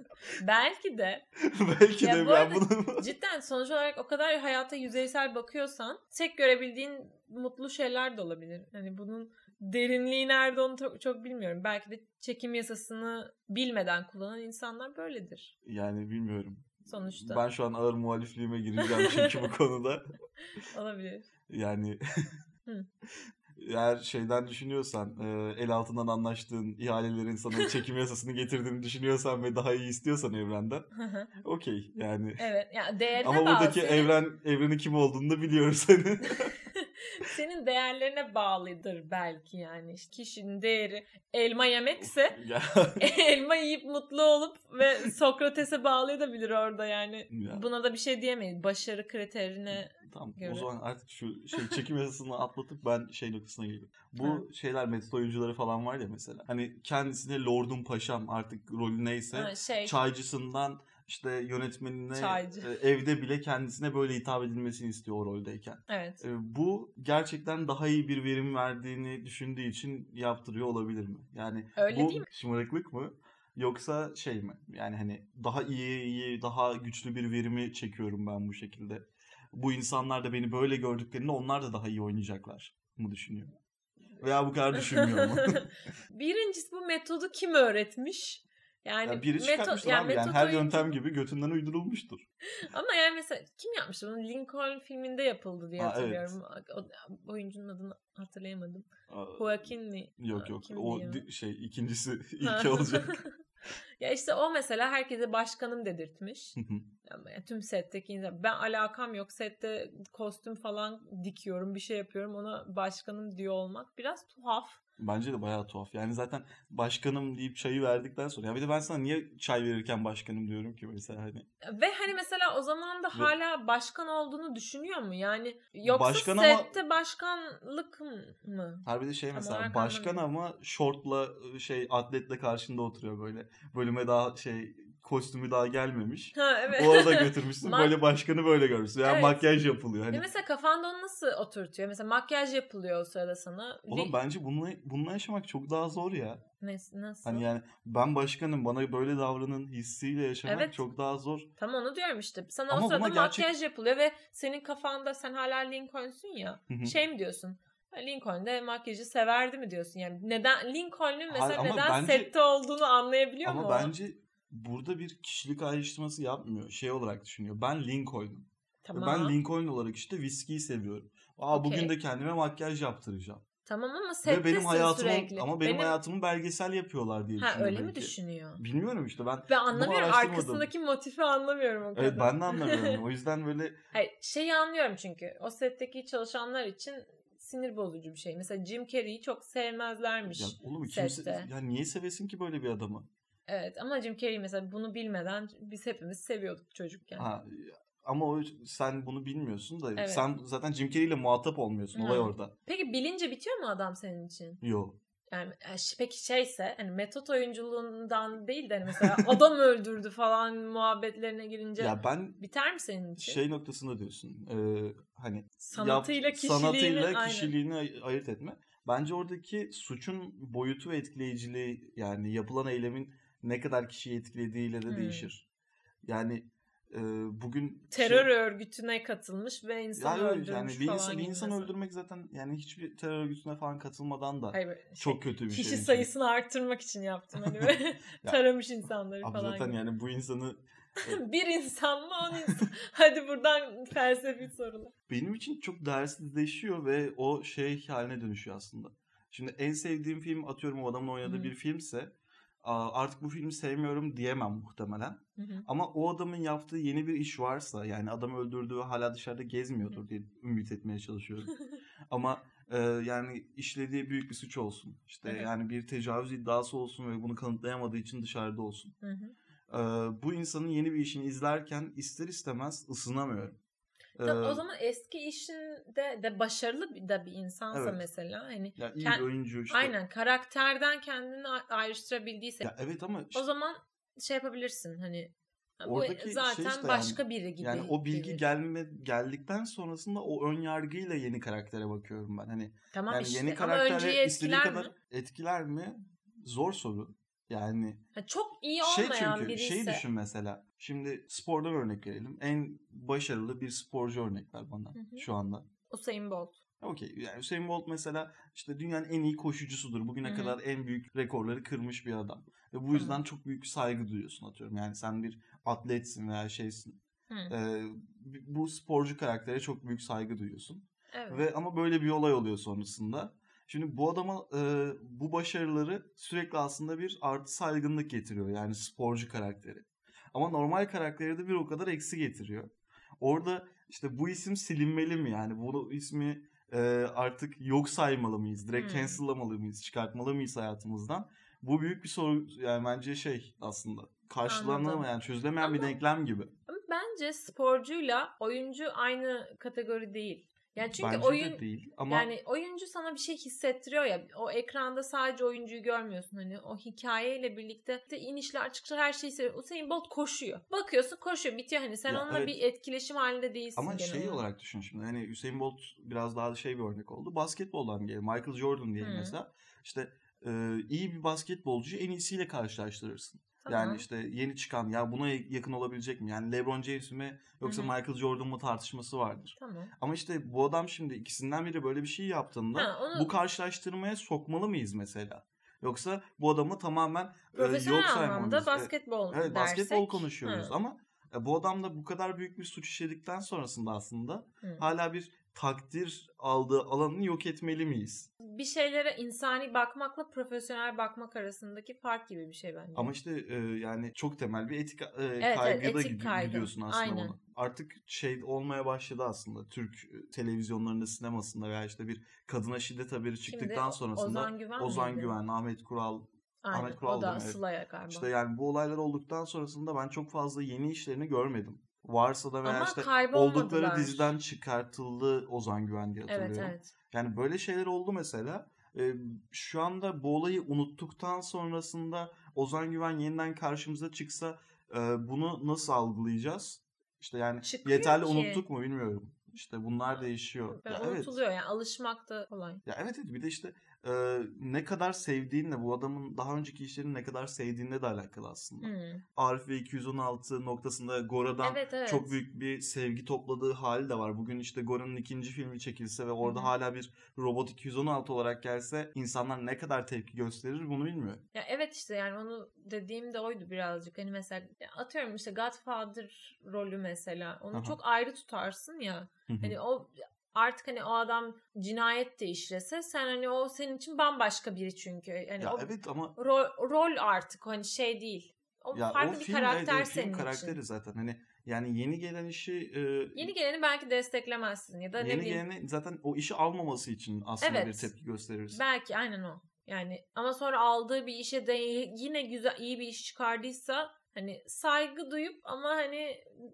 belki de. belki ya de. Bu arada bunu... cidden sonuç olarak o kadar hayata yüzeysel bakıyorsan tek görebildiğin mutlu şeyler de olabilir. Hani bunun derinliği nerede onu çok, çok bilmiyorum. Belki de çekim yasasını bilmeden kullanan insanlar böyledir. Yani bilmiyorum. Sonuçta. Ben şu an ağır muhalifliğime gireceğim çünkü bu konuda. Olabilir. Yani eğer şeyden düşünüyorsan, el altından anlaştığın ihalelerin sana çekim yasasını getirdiğini düşünüyorsan ve daha iyi istiyorsan evrenden, okey yani. Evet, yani değerine Ama bağlı. buradaki senin... evren evrenin kim olduğunu da biliyoruz senin. Senin değerlerine bağlıdır belki yani. İşte kişinin değeri elma yemekse elma yiyip mutlu olup ve Sokrates'e bağlayabilir orada yani. Ya. Buna da bir şey diyemeyiz. Başarı kriterine tamam, göre. O zaman artık şu şey çekim yasasını atlatıp ben şey noktasına geliyorum. Bu ha. şeyler metot oyuncuları falan var ya mesela. Hani kendisine lordum paşam artık rolü neyse ha, şey. çaycısından işte yönetmenine Çaycı. evde bile kendisine böyle hitap edilmesini istiyor o roldeyken. Evet. Bu gerçekten daha iyi bir verim verdiğini düşündüğü için yaptırıyor olabilir mi? Yani öyle bu değil mi? şımarıklık mı? Yoksa şey mi? Yani hani daha iyi, iyi, daha güçlü bir verimi çekiyorum ben bu şekilde. Bu insanlar da beni böyle gördüklerinde onlar da daha iyi oynayacaklar mı düşünüyor? Veya bu kadar düşünmüyor mu? Birincisi bu metodu kim öğretmiş? Yani ya biri çıkartmıştır yani abi. Yani her oyuncu... yöntem gibi götünden uydurulmuştur. Ama yani mesela kim yapmıştır? Bunu Lincoln filminde yapıldı diye hatırlıyorum. Ha, evet. O oyuncunun adını hatırlayamadım. Joaquin mi? Yok yok. Kim o di- şey ikincisi ilki olacak. Ya işte o mesela herkese başkanım dedirtmiş. Yani tüm setteki insan. Ben alakam yok. Sette kostüm falan dikiyorum, bir şey yapıyorum. Ona başkanım diyor olmak biraz tuhaf. Bence de bayağı tuhaf. Yani zaten başkanım deyip çayı verdikten sonra. Ya bir de ben sana niye çay verirken başkanım diyorum ki mesela hani. Ve hani mesela o zaman da Ve... hala başkan olduğunu düşünüyor mu? Yani yoksa başkan sette ama... başkanlık mı? Harbi de şey mesela başkan ama şortla şey atletle karşında oturuyor böyle. Bölüme daha şey kostümü daha gelmemiş. Ha, evet. Orada götürmüşsün. böyle başkanı böyle görürsün. Yani evet. Makyaj yapılıyor. Hani... E mesela kafanda onu nasıl oturtuyor? Mesela makyaj yapılıyor o sırada sana. Oğlum bence bununla, bununla yaşamak çok daha zor ya. Nasıl? Hani yani ben başkanım bana böyle davranın hissiyle yaşamak evet. çok daha zor. Tamam onu diyorum işte. Sana ama o sırada makyaj gerçek... yapılıyor ve senin kafanda sen hala Lincoln'sun ya. Hı-hı. Şey mi diyorsun? Lincoln de makyajı severdi mi diyorsun? Yani neden Lincoln'un mesela Hayır, neden bence... sette olduğunu anlayabiliyor ama mu? Ama bence burada bir kişilik ayrıştırması yapmıyor. Şey olarak düşünüyor. Ben Lincoln'um. Tamam. Ben Lincoln olarak işte viskiyi seviyorum. Aa okay. Bugün de kendime makyaj yaptıracağım. Tamam ama settesin Ve benim hayatımın, sürekli. Ama benim, benim hayatımı belgesel yapıyorlar diye düşünüyorum. Ha öyle belki. mi düşünüyor? Bilmiyorum işte ben. Ben anlamıyorum. Arkasındaki motifi anlamıyorum o kadar. Evet ben de anlamıyorum. O yüzden böyle. Hayır şeyi anlıyorum çünkü. O setteki çalışanlar için sinir bozucu bir şey. Mesela Jim Carrey'i çok sevmezlermiş ya, oğlum, sette. Kimse, ya niye sevesin ki böyle bir adamı? Evet ama Jim Carrey mesela bunu bilmeden biz hepimiz seviyorduk çocukken. Ha, ama o sen bunu bilmiyorsun da evet. Sen zaten Jim Carrey ile muhatap olmuyorsun. Hı. Olay orada. Peki bilince bitiyor mu adam senin için? Yok. Yani peki şeyse hani metot oyunculuğundan değil de hani mesela adam öldürdü falan muhabbetlerine girince ya ben biter mi senin için? Şey noktasında diyorsun. E, hani sanatıyla yap, kişiliğini, sanatıyla kişiliğini aynen. ayırt etme. Bence oradaki suçun boyutu ve etkileyiciliği yani yapılan eylemin ne kadar kişiyi etkilediğiyle de hmm. değişir. Yani e, bugün terör şey, örgütüne katılmış ve insan yani, öldürmüş yani bir falan. Insan, bir insan mesela. öldürmek zaten yani hiçbir terör örgütüne falan katılmadan da Hayır, çok şey, kötü bir kişi şey. Kişi sayısını için. Arttırmak için yaptım hani böyle taramış insanları abi falan. Zaten gibi. yani bu insanı bir insan mı on insan? Hadi buradan felsefi sorular. Benim için çok değersizleşiyor ve o şey haline dönüşüyor aslında. Şimdi en sevdiğim film atıyorum o adamın oynadığı Hı-hı. bir filmse artık bu filmi sevmiyorum diyemem muhtemelen. Hı-hı. Ama o adamın yaptığı yeni bir iş varsa yani adamı öldürdüğü hala dışarıda gezmiyordur Hı-hı. diye ümit etmeye çalışıyorum. Ama e, yani işlediği büyük bir suç olsun. İşte Hı-hı. yani bir tecavüz iddiası olsun ve bunu kanıtlayamadığı için dışarıda olsun. E, bu insanın yeni bir işini izlerken ister istemez ısınamıyorum. Tamam, o zaman eski işinde de başarılı da bir insansa evet. mesela hani ya iyi kend- bir oyuncu işte. Aynen karakterden kendini ayrıştırabildiyse. Ya evet ama işte, o zaman şey yapabilirsin hani oradaki bu zaten şey işte başka yani, biri gibi. Yani o bilgi gibi. gelme geldikten sonrasında o ön yargıyla yeni karaktere bakıyorum ben. Hani tamam yani işte yeni karaktere istediği kadar mi? etkiler mi? Zor soru. Yani ha, çok iyi olmayan şey çünkü, biriyse. Şey düşün mesela. Şimdi spordan örnek verelim. En başarılı bir sporcu örnek ver bana Hı-hı. şu anda. Usain Bolt. Okey. Yani Usain Bolt mesela işte dünyanın en iyi koşucusudur. Bugüne Hı-hı. kadar en büyük rekorları kırmış bir adam. Ve bu yüzden Hı-hı. çok büyük saygı duyuyorsun atıyorum. Yani sen bir atletsin veya şeysin. Ee, bu sporcu karaktere çok büyük saygı duyuyorsun. Evet. Ve ama böyle bir olay oluyor sonrasında. Şimdi bu adama e, bu başarıları sürekli aslında bir artı saygınlık getiriyor. Yani sporcu karakteri. Ama normal karakteri de bir o kadar eksi getiriyor. Orada işte bu isim silinmeli mi? Yani bu ismi e, artık yok saymalı mıyız? Direkt hmm. cancel'lamalı mıyız? Çıkartmalı mıyız hayatımızdan? Bu büyük bir soru yani bence şey aslında karşılanamayan, çözülemeyen ama, bir denklem gibi. Ama bence sporcuyla oyuncu aynı kategori değil. Yani çünkü bence oyun de değil ama yani oyuncu sana bir şey hissettiriyor ya. O ekranda sadece oyuncuyu görmüyorsun hani o hikayeyle birlikte de inişler çıkışlar her şeyi seviyor. Usain Bolt koşuyor. Bakıyorsun koşuyor bitiyor hani sen ya onunla evet. bir etkileşim halinde değilsin. Ama şey olarak. olarak düşün şimdi hani Usain Bolt biraz daha şey bir örnek oldu. Basketboldan geliyor. Michael Jordan diye mesela işte e, iyi bir basketbolcuyu en iyisiyle karşılaştırırsın. Tamam. Yani işte yeni çıkan ya buna yakın olabilecek mi? Yani LeBron James mi yoksa Hı-hı. Michael Jordan mı tartışması vardır. Tamam. Ama işte bu adam şimdi ikisinden biri böyle bir şey yaptığında ha, onu... bu karşılaştırmaya sokmalı mıyız mesela? Yoksa bu adamı tamamen profesyonel e, yok anlamda basketbol evet, dersek. basketbol konuşuyoruz ha. Ama bu adam da bu kadar büyük bir suç işledikten sonrasında aslında Hı. hala bir takdir aldığı alanını yok etmeli miyiz? Bir şeylere insani bakmakla profesyonel bakmak arasındaki fark gibi bir şey bence. Ama işte e, yani çok temel bir etik e, evet, kaygıda evet, etik gid- kaygı. gidiyorsun aslında Aynen. ona. Artık şey olmaya başladı aslında. Türk televizyonlarında, sinemasında veya işte bir kadına şiddet haberi çıktıktan Şimdi sonrasında Ozan Güven Ozan miydi? Güven, Ahmet Kural, Aynen. Ahmet Kural o da evet. Sıla'ya galiba. İşte yani bu olaylar olduktan sonrasında ben çok fazla yeni işlerini görmedim. Varsa da veya Ama işte kaybolmadılar. oldukları diziden çıkartıldı Ozan Güven diye hatırlıyorum. Evet, evet. Yani böyle şeyler oldu mesela. Ee, şu anda bu olayı unuttuktan sonrasında Ozan Güven yeniden karşımıza çıksa e, bunu nasıl algılayacağız? İşte yani Çıkıyor yeterli ki. unuttuk mu bilmiyorum. İşte bunlar değişiyor. Yani ya unutuluyor evet. yani alışmak da kolay. Ya evet, evet bir de işte e, ne kadar sevdiğinle, bu adamın daha önceki işlerini ne kadar sevdiğinle de alakalı aslında. Hmm. Arif ve iki yüz on altı noktasında Gora'dan evet, evet. çok büyük bir sevgi topladığı hali de var. Bugün işte Gora'nın ikinci filmi çekilse ve orada Hı-hı. hala bir robot iki yüz on altı olarak gelse insanlar ne kadar tepki gösterir bunu bilmiyorum. Ya evet işte yani onu dediğim de oydu birazcık. Hani mesela atıyorum işte Godfather rolü mesela. Onu Aha. çok ayrı tutarsın ya. Hı-hı. Hani o artık hani o adam cinayet de işlese sen hani o senin için bambaşka biri çünkü. Yani ya o evet ama rol, rol artık hani şey değil. O ya farklı o bir film, karakter evet, senin film için. karakteri zaten. Hani yani yeni gelen işi e, yeni geleni belki desteklemezsin ya da yeni ne bileyim. geleni zaten o işi almaması için aslında evet, bir tepki gösterirsin. Belki aynen o. Yani ama sonra aldığı bir işe de yine güzel iyi bir iş çıkardıysa hani saygı duyup ama hani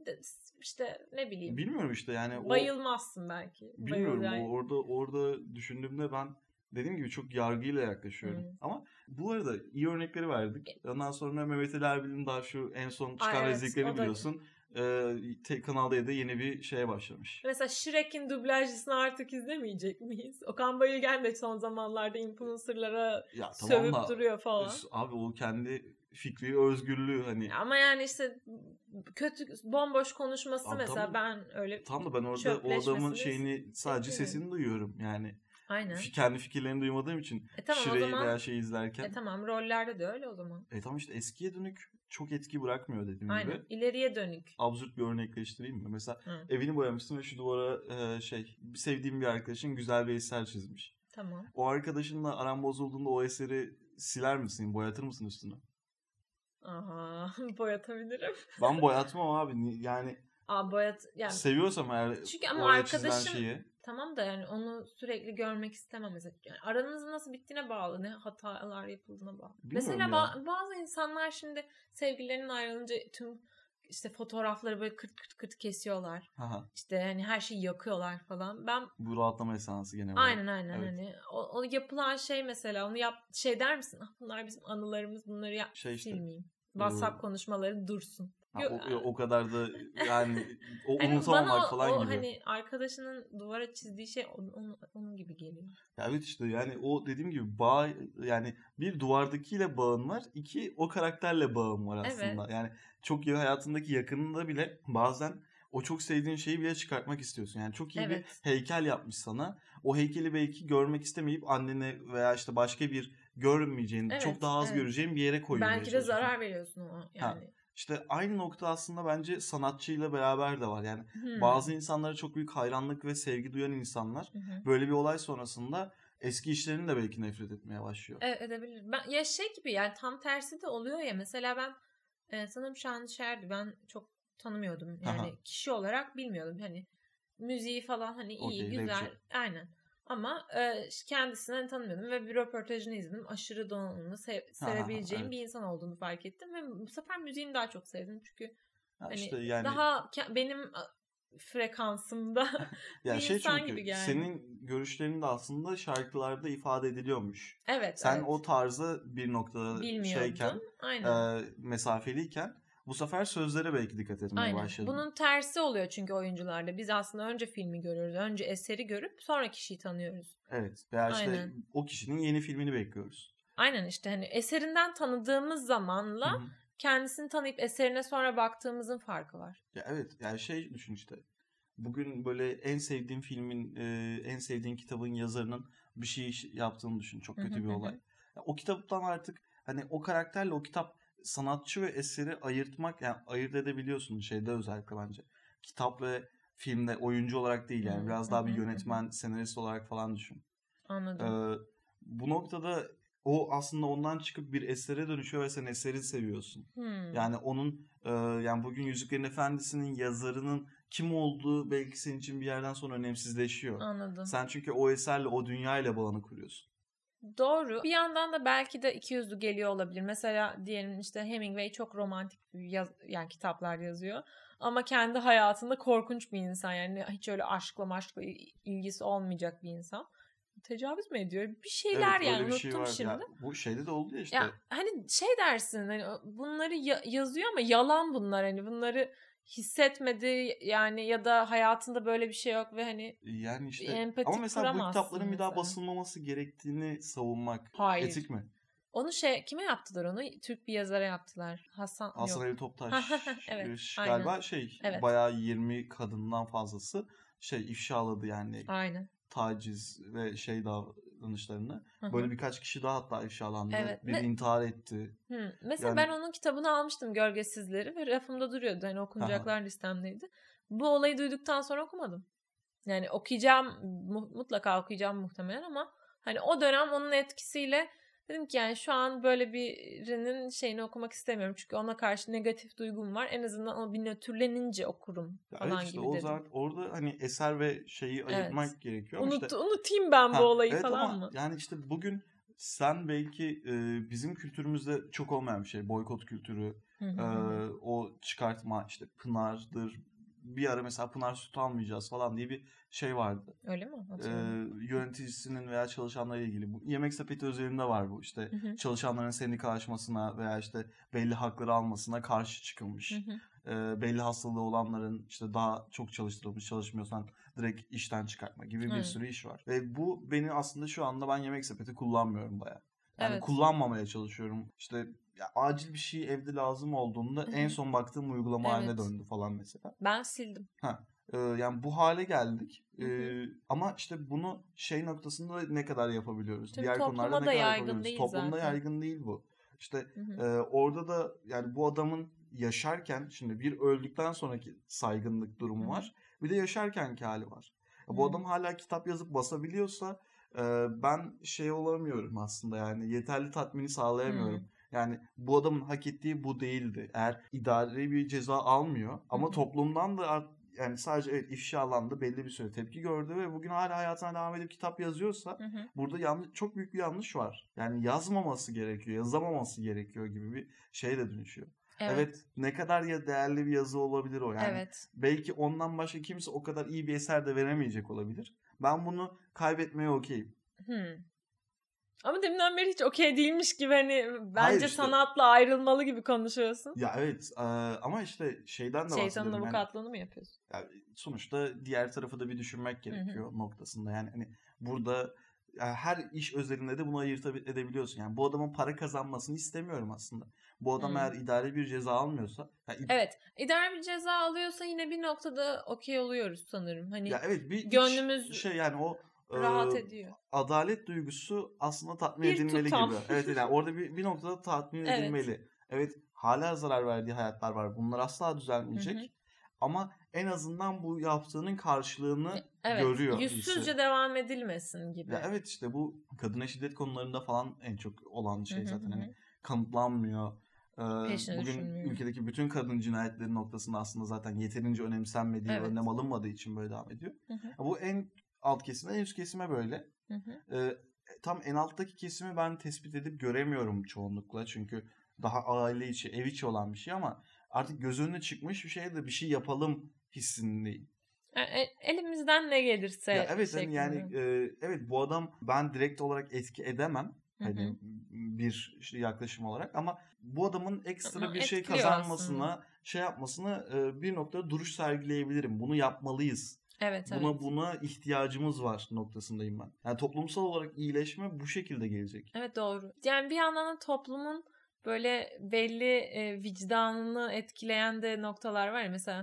işte ne bileyim. Bilmiyorum işte yani bayılmazsın o, belki. Bilmiyorum o orada orada düşündüğümde ben dediğim gibi çok yargıyla yaklaşıyorum. Hmm. Ama bu arada iyi örnekleri verdik. Ondan sonra Mehmet Ali Erbil'in daha şu en son çıkan Aa, evet, rezilliklerini biliyorsun. Ee, te, Kanal D'de yeni bir şeye başlamış. Mesela Shrek'in dublajcısını artık izlemeyecek miyiz? Okan Bayülgen de son zamanlarda influencerlara ya, sövüp tamam da, duruyor falan. Abi o kendi fikri, özgürlüğü hani. Ama yani işte kötü bomboş konuşması abi, mesela tam, ben öyle tam da ben orada o adamın şeyini sadece sesini duyuyorum yani. Aynen. Kendi fikirlerini duymadığım için e tamam, Şire'yi zaman, veya şey izlerken. E tamam rollerde de öyle o zaman. E tamam işte eskiye dönük çok etki bırakmıyor dediğim Aynen. gibi. İleriye dönük. Absürt bir örnekleştireyim mi? Mesela Hı. evini boyamışsın ve şu duvara e, şey sevdiğim bir arkadaşın güzel bir eser çizmiş. Tamam. O arkadaşınla aran bozulduğunda o eseri siler misin? Boyatır mısın üstüne? Aha, boyatabilirim. Ben boyatmam abi. Yani Aa, boyat yani seviyorsam eğer çünkü ama arkadaşım şeyi. Tamam da yani onu sürekli görmek istemem mesela. Yani aranızın nasıl bittiğine bağlı, ne hatalar yapıldığına bağlı. Bilmiyorum mesela ba- bazı insanlar şimdi sevgililerinin ayrılınca tüm işte fotoğrafları böyle kırt kırt kırt kesiyorlar. Aha. İşte hani her şeyi yakıyorlar falan. Ben bu rahatlama esnası gene var. Aynen aynen evet. Hani o, o yapılan şey mesela onu yap şey der misin? Ah, bunlar bizim anılarımız, bunları yap şey işte, silmeyeyim. WhatsApp ee... konuşmaları dursun. Ha, o, o kadar da yani o hani unutamamak falan o, gibi. Hani arkadaşının duvara çizdiği şey onun, onun gibi geliyor. Ya evet işte yani o dediğim gibi bağ, yani bir duvardakiyle bağın var, iki o karakterle bağın var aslında. Evet. Yani çok iyi hayatındaki yakınında bile bazen o çok sevdiğin şeyi bile çıkartmak istiyorsun. Yani çok iyi evet. bir heykel yapmış sana. O heykeli belki görmek istemeyip annene veya işte başka bir görmeyeceğin, evet, çok daha az evet. göreceğin bir yere koyuyor. Belki de zarar veriyorsun ona yani. Ha. İşte aynı nokta aslında bence sanatçıyla beraber de var. Yani hmm. bazı insanlara çok büyük hayranlık ve sevgi duyan insanlar hmm. böyle bir olay sonrasında eski işlerini de belki nefret etmeye başlıyor. Evet, edebilir. Ben, ya şey gibi yani tam tersi de oluyor ya. Mesela ben e, sanırım Şanışer'di. Ben çok tanımıyordum. Yani Aha. kişi olarak bilmiyordum. Hani müziği falan hani iyi, okay, güzel. Lecce. Aynen. Ama e, kendisinden tanımıyordum ve bir röportajını izledim. Aşırı donanımlı, sev, sevebileceğim evet. bir insan olduğunu fark ettim ve bu sefer müziğini daha çok sevdim çünkü ha, hani işte yani... daha benim frekansımda ya bir şey insan çünkü, gibi geldi. Senin görüşlerin de aslında şarkılarda ifade ediliyormuş. Evet. Sen evet. o tarzı bir noktada şeyken, e, mesafeliyken bu sefer sözlere belki dikkat etmeye Aynen. başladın. Bunun tersi oluyor çünkü oyuncularda. Biz aslında önce filmi görüyoruz. Önce eseri görüp sonra kişiyi tanıyoruz. Evet. Veya işte Aynen. o kişinin yeni filmini bekliyoruz. Aynen işte hani eserinden tanıdığımız zamanla Hı-hı. kendisini tanıyıp eserine sonra baktığımızın farkı var. Ya evet. Yani şey düşün işte. Bugün böyle en sevdiğin filmin, e, en sevdiğin kitabın yazarının bir şey yaptığını düşün. Çok kötü bir olay. Ya, o kitaptan artık hani o karakterle o kitap sanatçı ve eseri ayırtmak, yani ayırt edebiliyorsun şeyde özellikle bence. Kitap ve filmde oyuncu olarak değil yani. Biraz daha bir yönetmen, senarist olarak falan düşün. Anladım. Ee, bu noktada o aslında ondan çıkıp bir esere dönüşüyor ve sen eseri seviyorsun. Hmm. Yani onun e, yani bugün Yüzüklerin Efendisi'nin yazarının kim olduğu belki senin için bir yerden sonra önemsizleşiyor. Anladım. Sen çünkü o eserle, o dünyayla bağını kuruyorsun. Doğru. Bir yandan da belki de ikiyüzlü geliyor olabilir. Mesela diyelim işte Hemingway çok romantik yaz, yani kitaplar yazıyor. Ama kendi hayatında korkunç bir insan. Yani hiç öyle aşkla maşkla ilgisi olmayacak bir insan. Tecavüz mü ediyor? Bir şeyler evet, yani bir unuttum şey var. şimdi. Ya, bu şeyde de oldu ya işte. Ya, hani şey dersin hani bunları ya- yazıyor ama yalan bunlar. Hani bunları hissetmedi yani ya da hayatında böyle bir şey yok ve hani yani işte empati ama mesela bu kitapların mesela. bir daha basılmaması gerektiğini savunmak Hayır. etik mi? Onu şey kime yaptılar onu? Türk bir yazara yaptılar. Hasan Hasan yok. Ali Toptaş evet, galiba aynen. şey evet. bayağı yirmi kadından fazlası şey ifşaladı yani. Aynen. Taciz ve şey davranışlarını. Böyle birkaç kişi daha hatta ifşalandı. Evet. Biri Me- intihar etti. Hı. Mesela Yani... ben onun kitabını almıştım, Gölgesizleri, ve rafımda duruyordu. Hani okunacaklar listemdeydi. Bu olayı duyduktan sonra okumadım. Yani okuyacağım, mutlaka okuyacağım muhtemelen ama hani o dönem onun etkisiyle dedim ki yani şu an böyle birinin şeyini okumak istemiyorum. Çünkü ona karşı negatif duygum var. En azından o bir nötrlenince okurum falan evet işte gibi o dedim. zaten orada hani eser ve şeyi ayırmak evet. gerekiyor. Unut, işte, unutayım ben ha, bu olayı evet falan ama mı? Yani işte bugün sen belki e, bizim kültürümüzde çok olmayan bir şey. Boykot kültürü, e, o çıkartma işte Pınar'dır. Bir ara mesela Pınar sütü almayacağız falan diye bir şey vardı. Öyle mi? Ee, yöneticisinin veya çalışanlarla ilgili. Bu Yemek Sepeti özelinde var bu. İşte hı hı. çalışanların sendikalaşmasına veya işte belli hakları almasına karşı çıkılmış. Hı hı. Ee, belli hastalığı olanların işte daha çok çalıştırılmış, çalışmıyorsan direkt işten çıkartma gibi bir hı. sürü iş var. Ve bu beni aslında şu anda ben Yemek Sepeti kullanmıyorum bayağı. Yani evet. kullanmamaya çalışıyorum. İşte ya acil bir şey evde lazım olduğunda hı hı. en son baktığım uygulama evet. haline döndü falan mesela. Ben sildim. Ha. Yani bu hale geldik. Hı hı. Ee, ama işte bunu şey noktasında ne kadar yapabiliyoruz? Tüm Diğer konularda ne kadar yapabiliyoruz? Değil Toplumda zaten. yaygın değil bu. İşte e, orada da yani bu adamın yaşarken şimdi bir öldükten sonraki saygınlık durumu hı hı. var. Bir de yaşarkenki hali var. Hı. Bu adam hala kitap yazıp basabiliyorsa e, ben şey olamıyorum aslında yani yeterli tatmini sağlayamıyorum. Hı. Yani bu adamın hak ettiği bu değildi. Eğer idari bir ceza almıyor ama hı hı. toplumdan da yani sadece evet ifşalandı, belli bir süre tepki gördü ve bugün hala hayatına devam edip kitap yazıyorsa hı hı. burada yanlış, çok büyük bir yanlış var. Yani yazmaması gerekiyor, yazamaması gerekiyor gibi bir şey de dönüşüyor. Evet. evet ne kadar ya değerli bir yazı olabilir o yani. Evet. Belki ondan başka kimse o kadar iyi bir eser de veremeyecek olabilir. Ben bunu kaybetmeye okeyim. Hmm. Ama deminden beri hiç okey değilmiş gibi hani bence işte, sanatla ayrılmalı gibi konuşuyorsun. Ya evet e, ama işte şeyden de bahsediyorum. Şeytanın avukatlığını yani, mı yapıyorsun? Yani sonuçta diğer tarafı da bir düşünmek gerekiyor hı hı. noktasında. Yani hani burada yani her iş özelinde de bunu ayırt edebiliyorsun. Yani bu adamın para kazanmasını istemiyorum aslında. Bu adam hmm. eğer idari bir ceza almıyorsa. Yani id- evet, idari bir ceza alıyorsa yine bir noktada okey oluyoruz sanırım. Hani ya evet bir gönlümüz şey yani o rahat e, ediyor. Adalet duygusu aslında tatmin bir edilmeli tutam. gibi. Evet yani orada bir, bir noktada tatmin evet. edilmeli. Evet hala zarar verdiği hayatlar var. Bunlar asla düzelmeyecek. Hı hı. Ama en azından bu yaptığının karşılığını evet, görüyor. Yüzsüzce birisi. Devam edilmesin gibi. Ya evet işte bu kadına şiddet konularında falan en çok olan şey hı hı zaten. Hı. Hani kanıtlanmıyor. Ee, bugün ülkedeki bütün kadın cinayetleri noktasında aslında zaten yeterince önemsenmediği, evet. önlem alınmadığı için böyle devam ediyor. Hı hı. Bu en alt kesime, en üst kesime böyle. Hı hı. Ee, tam en alttaki kesimi ben tespit edip göremiyorum çoğunlukla. Çünkü daha aile içi, ev içi olan bir şey ama artık göz önüne çıkmış bir şeye de bir şey yapalım hissindeyim. Yani elimizden ne gelirse ya evet hani yani e, evet bu adam ben direkt olarak etki edemem. Hani hı hı. bir işte yaklaşım olarak ama bu adamın ekstra ama bir şey kazanmasına, aslında. şey yapmasına e, bir noktada duruş sergileyebilirim. Bunu yapmalıyız. Evet, buna evet. buna ihtiyacımız var noktasındayım ben. Yani toplumsal olarak iyileşme bu şekilde gelecek. Evet doğru. Yani bir yandan da toplumun böyle belli e, vicdanını etkileyen de noktalar var ya mesela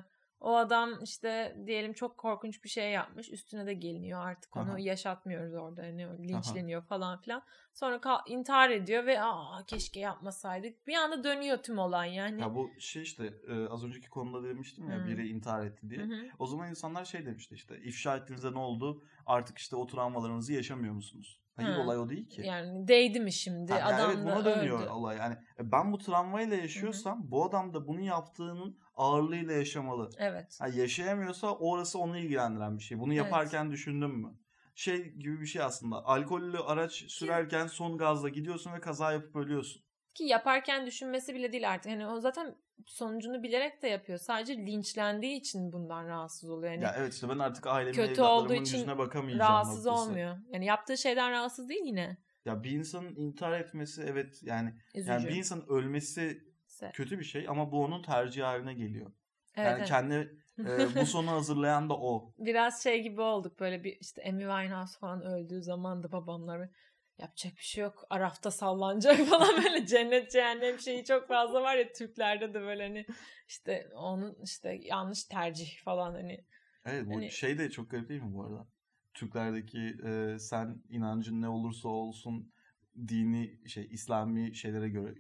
O adam işte diyelim çok korkunç bir şey yapmış. Üstüne de geliniyor artık. Onu Aha. yaşatmıyoruz orada. Yani linçleniyor Aha. falan filan. Sonra ka- intihar ediyor ve aa keşke yapmasaydık. Bir anda dönüyor tüm olay yani. Ya bu şey işte az önceki konuda demiştim ya hmm. biri intihar etti diye. Hmm. O zaman insanlar şey demişti işte ifşa ettiğinizde ne oldu? Artık işte o travmalarınızı yaşamıyor musunuz? Hayır ha. olay o değil ki. Yani değdi mi şimdi? Ha, adam yani evet, buna dönüyor öldü. Olay. Yani ben bu travmayla yaşıyorsam Hı-hı. bu adam da bunu yaptığının ağırlığıyla yaşamalı. Evet. Yani yaşayamıyorsa orası onu ilgilendiren bir şey. Bunu yaparken evet. düşündün mü? Şey gibi bir şey aslında. Alkollü araç sürerken son gazla gidiyorsun ve kaza yapıp ölüyorsun. Ki yaparken düşünmesi bile değil artık. Yani o zaten sonucunu bilerek de yapıyor. Sadece linçlendiği için bundan rahatsız oluyor. Yani ya evet işte ben artık ailemin evlatlarımın yüzüne bakamayacağım rahatsız noktası. olmuyor. Yani yaptığı şeyden rahatsız değil yine. Ya bir insanın intihar etmesi evet yani Üzücü. yani bir insanın ölmesi Se. kötü bir şey ama bu onun tercih haline geliyor. Evet, yani evet. kendi e, bu sonu hazırlayan da o. Biraz şey gibi olduk böyle bir işte Amy Winehouse falan öldüğü zaman da babamlar yapacak bir şey yok. Arafta sallanacak falan böyle cennet cehennem şeyi çok fazla var ya Türklerde de böyle hani işte onun işte yanlış tercih falan hani. Evet bu hani... şey de çok garip değil mi bu arada? Türklerdeki e, sen inancın ne olursa olsun dini şey İslami şeylere göre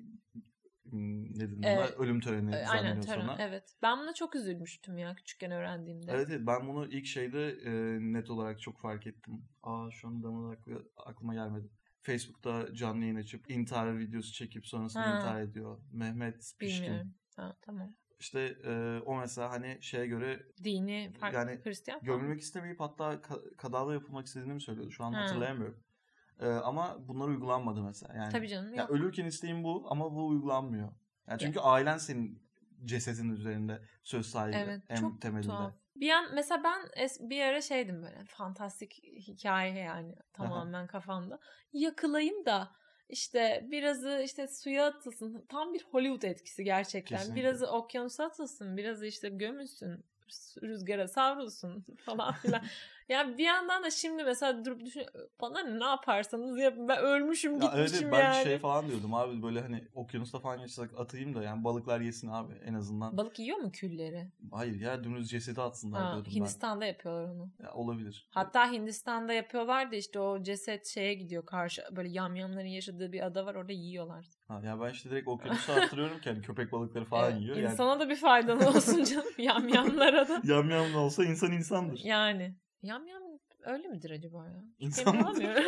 ne dedin ona? Evet. Ölüm töreni e, aynen tören sana. Evet. Ben buna çok üzülmüştüm ya küçükken öğrendiğimde. Evet evet ben bunu ilk şeyde e, net olarak çok fark ettim. Aa şu anda aklıma gelmedi. Facebook'ta canlı yayın açıp intihar videosu çekip sonrasında ha. intihar ediyor. Mehmet Pişkin. Bilmiyorum. Ha, tamam. İşte e, o mesela hani şeye göre dini farklı yani Hristiyan gömülmek istemeyip hatta ka- kadavra yapılmak istediğini mi söylüyordu? Şu an ha. hatırlayamıyorum. E, ama bunlar uygulanmadı mesela. Yani, Tabii canım. Yani ölürken isteğin bu ama bu uygulanmıyor. Yani çünkü ya. ailen senin cesedin üzerinde söz sahibi evet, en çok temelinde. Tuhaf. Bir an mesela ben es- bir ara şeydim böyle fantastik hikaye yani tamamen Aha. kafamda. Yakılayım da işte birazı işte suya atılsın. Tam bir Hollywood etkisi gerçekten. Kesinlikle. Birazı okyanusa atılsın. Birazı işte gömülsün. Rüzgara savrulsun falan filan. Yani bir yandan da şimdi mesela durup düşün bana ne yaparsanız yapın ben ölmüşüm ya gitmişim evet, ben yani. Ben şey falan diyordum abi böyle hani okyanusta falan yaşasak atayım da yani balıklar yesin abi en azından. Balık yiyor mu külleri? Hayır ya dümdüz cesedi atsınlar ha, diyordum Hindistan'da ben. Hindistan'da yapıyorlar onu. Ya olabilir. Hatta Hindistan'da yapıyorlar da işte o ceset şeye gidiyor karşı böyle yamyamların yaşadığı bir ada var orada yiyorlar. Ha, ya ben işte direkt okyanusa attırıyorum ki hani köpek balıkları falan evet, yiyor. İnsana yani... da bir faydan olsun canım yamyamlara da. Yamyam da olsa insan insandır. Yani. Yamyam öyle midir acaba ya? Çok İnsan emin olamıyorum.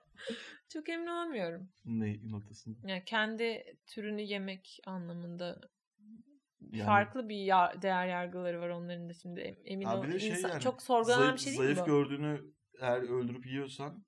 Çok emin olamıyorum. Ne noktasında? Yani kendi türünü yemek anlamında yani, farklı bir ya- değer yargıları var onların da şimdi emin ol. Şey insan, yani, çok sorgulanan zayıf, bir şey değil zayıf mi bu? Zayıf gördüğünü eğer öldürüp yiyorsan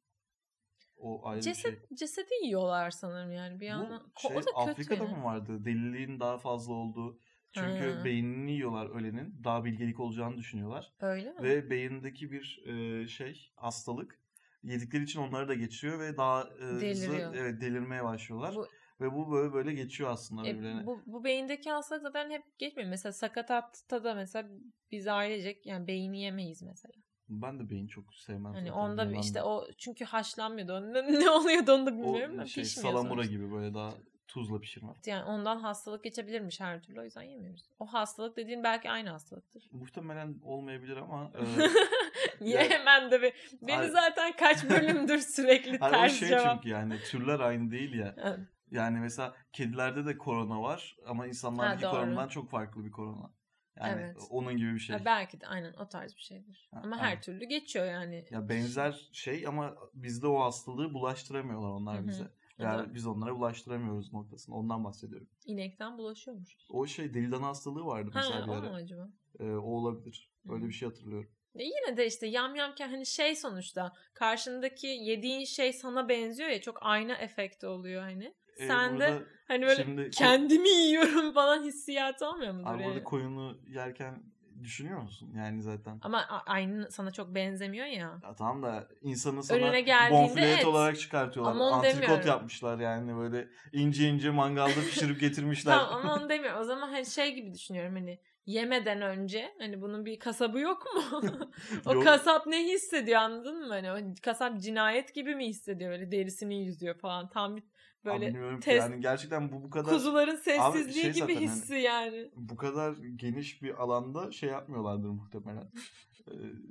o ayrı Ceset, bir şey. Cesedi yiyorlar sanırım yani bir yandan. Bu şey, Afrika'da yani. mı vardı? Deliliğin daha fazla olduğu. Çünkü ha. beynini yiyorlar ölenin. Daha bilgelik olacağını düşünüyorlar. Öyle mi? Ve beyindeki bir e, şey hastalık yedikleri için onları da geçiriyor ve daha e, hızlı evet, delirmeye başlıyorlar. Bu, ve bu böyle böyle geçiyor aslında e, birbirlerine. Bu, bu beyindeki hastalık zaten hep geçmiyor. Mesela sakatatta da mesela biz ailecek yani beyni yemeyiz mesela. Ben de beyin çok sevmem. Hani onda bir işte o çünkü haşlanmıyordu. Ne, ne oluyordu onu da bilmiyorum o, şey, salamura sonuçta. Gibi böyle daha tuzla pişirme. Yani ondan hastalık geçebilirmiş her türlü o yüzden yemiyoruz. O hastalık dediğin belki aynı hastalıktır. Muhtemelen olmayabilir ama. E, Yemem de bir. Beni ay, zaten kaç bölümdür sürekli ters o şey cevap. Çünkü yani türler aynı değil ya. Evet. Yani mesela kedilerde de korona var ama insanlardaki ha, koronadan çok farklı bir korona. Yani evet. onun gibi bir şey. Ha, belki de aynen o tarz bir şeydir. Ha, ama aynen. Her türlü geçiyor yani. Ya benzer şey ama bizde o hastalığı bulaştıramıyorlar onlar Hı-hı. bize. Yani evet. biz onlara bulaştıramıyoruz noktasında. Ondan bahsediyorum. İnekten bulaşıyormuş. O şey deli dana hastalığı vardı ha, mesela bir ara. O mu acaba? Ee, o olabilir. Öyle Hı-hı. bir şey hatırlıyorum. E yine de işte yamyamken hani şey sonuçta karşındaki yediğin şey sana benziyor ya çok ayna efekti oluyor hani. E, Sen de hani böyle şimdi, kendimi yiyorum falan hissiyatı olmuyor mudur? Abi yani? burada koyunu yerken düşünüyor musun? Yani zaten. Ama aynı sana çok benzemiyor ya. Ya tamam da insanı sana bonfile et olarak çıkartıyorlar. Antrikot demiyorum. yapmışlar yani böyle ince ince mangalda pişirip getirmişler. Tamam ama onu demiyorum. O zaman hani şey gibi düşünüyorum hani yemeden önce hani bunun bir kasabı yok mu? O yok. Kasap ne hissediyor, anladın mı? Hani o kasap cinayet gibi mi hissediyor, böyle derisini yüzüyor falan, tam bir böyle abi test, yani gerçekten bu bu kadar kuzuların sessizliği şey gibi hissi hani, yani. Bu kadar geniş bir alanda şey yapmıyorlardır muhtemelen. ee,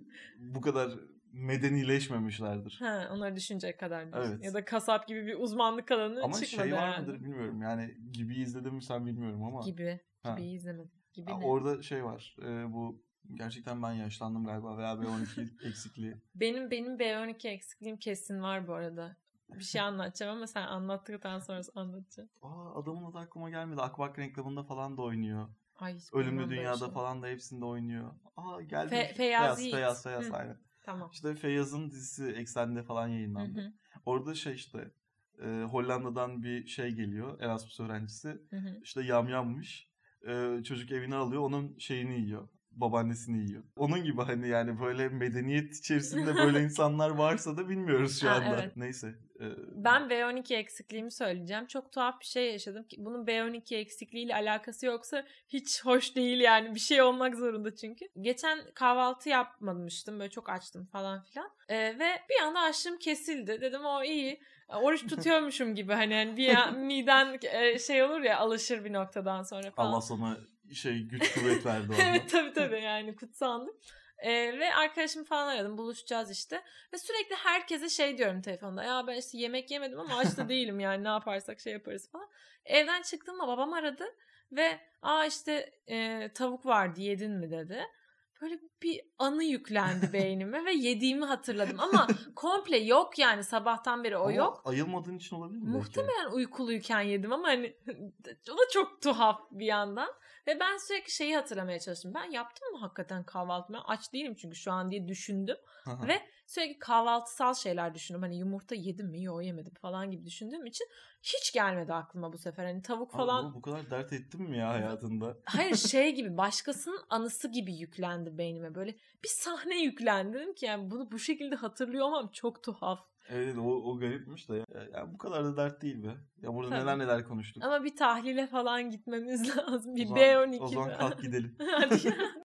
bu kadar medenileşmemişlerdir. Ha, onları düşünecek kadar diyorsun. Evet. Ya da kasap gibi bir uzmanlık alanı ama çıkmadı ama şey var yani. mıdır bilmiyorum. Yani gibi izledim mi sen bilmiyorum ama. Gibi. Gibi izlemedim. Gibi ha, ne? Orada şey var. E, bu gerçekten ben yaşlandım galiba veya B on iki eksikliği. Benim benim B on iki eksikliğim kesin var bu arada. Bir şey anlatacağım ama sen anlattıktan sonra anlatacağım. Aa, adamın adı aklıma gelmedi. Akbak reklamında falan da oynuyor. Ay, Ölümlü Dünya'da şey. falan da hepsinde oynuyor. Aa geldi. Fe- Feyyaz Yiğit. Feyyaz, Feyyaz, Feyyaz aynen. Tamam. İşte Feyyaz'ın dizisi Eksen'de falan yayınlandı. Hı hı. Orada şey işte e, Hollanda'dan bir şey geliyor. Erasmus öğrencisi. Hı hı. İşte yamyammış. E, çocuk evine alıyor. Onun şeyini yiyor. Babaannesini yiyor. Onun gibi hani yani böyle medeniyet içerisinde böyle insanlar varsa da bilmiyoruz şu ha, anda. Evet. Neyse. E... Ben B on iki eksikliğimi söyleyeceğim. Çok tuhaf bir şey yaşadım. Bunun B on iki eksikliğiyle alakası yoksa hiç hoş değil yani. Bir şey olmak zorunda çünkü. Geçen kahvaltı yapmamıştım. Böyle çok açtım falan filan. E, ve bir anda açlığım kesildi. Dedim o iyi. Oruç tutuyormuşum gibi hani, hani bir an miden şey olur ya, alışır bir noktadan sonra falan. Allah sana şey güç kuvvet verdi orada. Evet tabii tabii yani kutsandım. Ee, ve arkadaşımı falan aradım, buluşacağız işte. Ve sürekli herkese şey diyorum telefonda. Ya ben işte yemek yemedim ama aç da değilim yani, ne yaparsak şey yaparız falan. Evden çıktığımda babam aradı ve aa işte e, tavuk vardı yedin mi dedi. Böyle bir anı yüklendi beynime ve yediğimi hatırladım. Ama komple yok yani, sabahtan beri o ama yok. Ayılmadığın için olabilir mi? Muhtemelen belki uykuluyken yedim ama hani o da çok tuhaf bir yandan. Ve ben sürekli şeyi hatırlamaya çalıştım. Ben yaptım mı hakikaten kahvaltımı? Aç değilim çünkü şu an diye düşündüm. Ve sürekli kahvaltısal şeyler düşündüm. Hani yumurta yedim mi? Yok yemedim falan gibi düşündüğüm için hiç gelmedi aklıma bu sefer. Hani tavuk falan. Abi bu kadar dert ettin mi ya hayatında? Hayır şey gibi, başkasının anısı gibi yüklendi beynime. Böyle bir sahne yüklendi. Dedim ki yani bunu bu şekilde hatırlıyor olmam çok tuhaf. Evet o, o garipmiş de ya. Ya bu kadar da dert değil be. Ya burada tabii neler neler konuştuk. Ama bir tahlile falan gitmemiz lazım. Bir o zaman, B on iki o zaman kalk gidelim. Hadi.